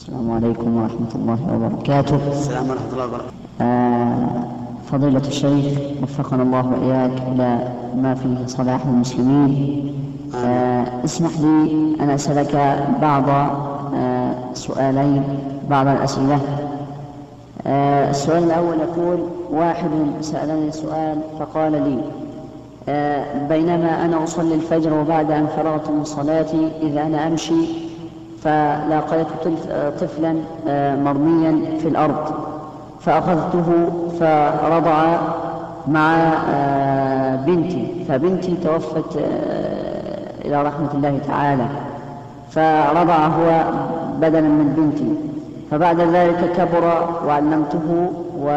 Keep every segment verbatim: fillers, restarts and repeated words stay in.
السلام عليكم ورحمة الله وبركاته. السلام ورحمة الله وبركاته. آه فضيلة الشيخ وفقنا الله وإياك إلى ما فيه صلاح المسلمين. آه اسمح لي أن أسألك بعض آه سؤالين بعض الأسئلة. آه السؤال الأول يقول: واحد سألني سؤال فقال لي: آه بينما أنا أصلي الفجر وبعد أن فرغت من صلاتي إذا أنا أمشي فلاقيت طفلا مرميا في الأرض فأخذته فرضع مع بنتي، فبنتي توفت إلى رحمة الله تعالى، فرضع هو بدلا من بنتي. فبعد ذلك كبر وعلمته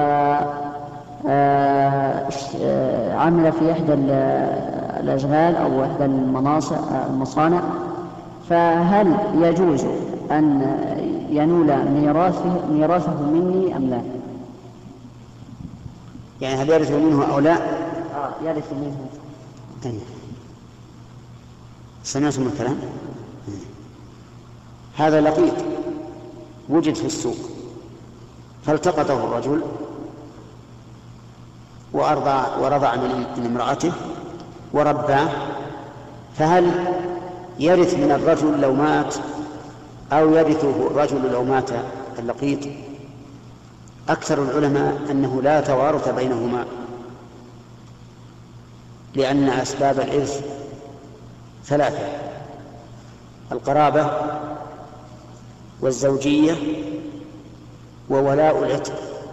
وعمل في إحدى الأشغال أو إحدى المصانع، فهل يجوز أن ينول ميراثه, ميراثه مني أم لا؟ يعني هل يرث منه أو لا؟ آه يرث منه. طيب، سمعتم الكلام؟ هذا لقيط وجد في السوق فالتقطه الرجل وأرضع ورضع من امرأته ورباه، فهل يرث من الرجل لو مات أو يرثه الرجل لو مات اللقيط؟ أكثر العلماء أنه لا توارث بينهما، لأن أسباب الإرث ثلاثة: القرابة والزوجية وولاء العتق،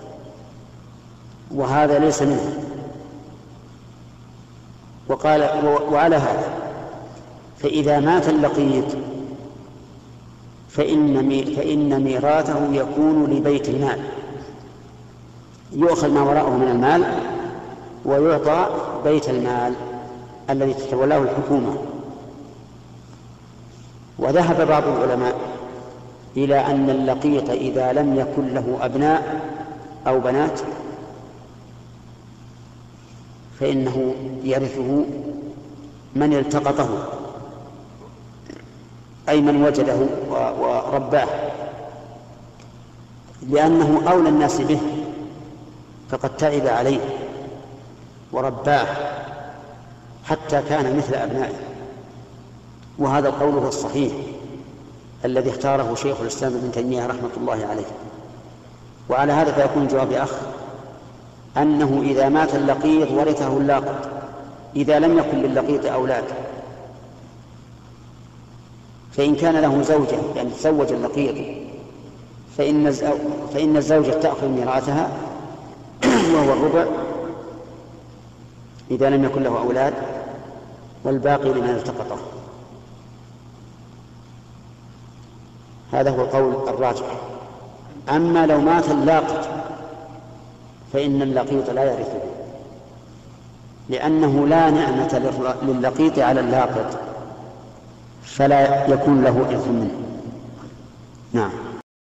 وهذا ليس منه. وقال وعلى هذا فإذا مات اللقيط فإن فإن ميراثه يكون لبيت المال، يؤخذ ما وراءه من المال ويعطى بيت المال الذي تتولاه الحكومة. وذهب بعض العلماء إلى أن اللقيط إذا لم يكن له أبناء أو بنات فإنه يرثه من التقطه، أي من وجده ورباه، لأنه أولى الناس به، فقد تعب عليه ورباه حتى كان مثل أبنائه. وهذا القول هو الصحيح الذي اختاره شيخ الإسلام ابن تيمية رحمة الله عليه. وعلى هذا فيكون جواب أخ أنه إذا مات اللقيط ورثه اللاقط إذا لم يكن لللقيط أولاد، فإن كان له زوجة يعني تزوج اللقيط فإن فإن الزوجة تأخذ ميراثها وهو الربع إذا لم يكن له أولاد، والباقي لمن التقطه. هذا هو القول الراجح. أما لو مات اللاقط فإن اللقيط لا يرثه، لأنه لا نعمة لللقيط على اللاقط، فلا يكون له إرث منه. نعم.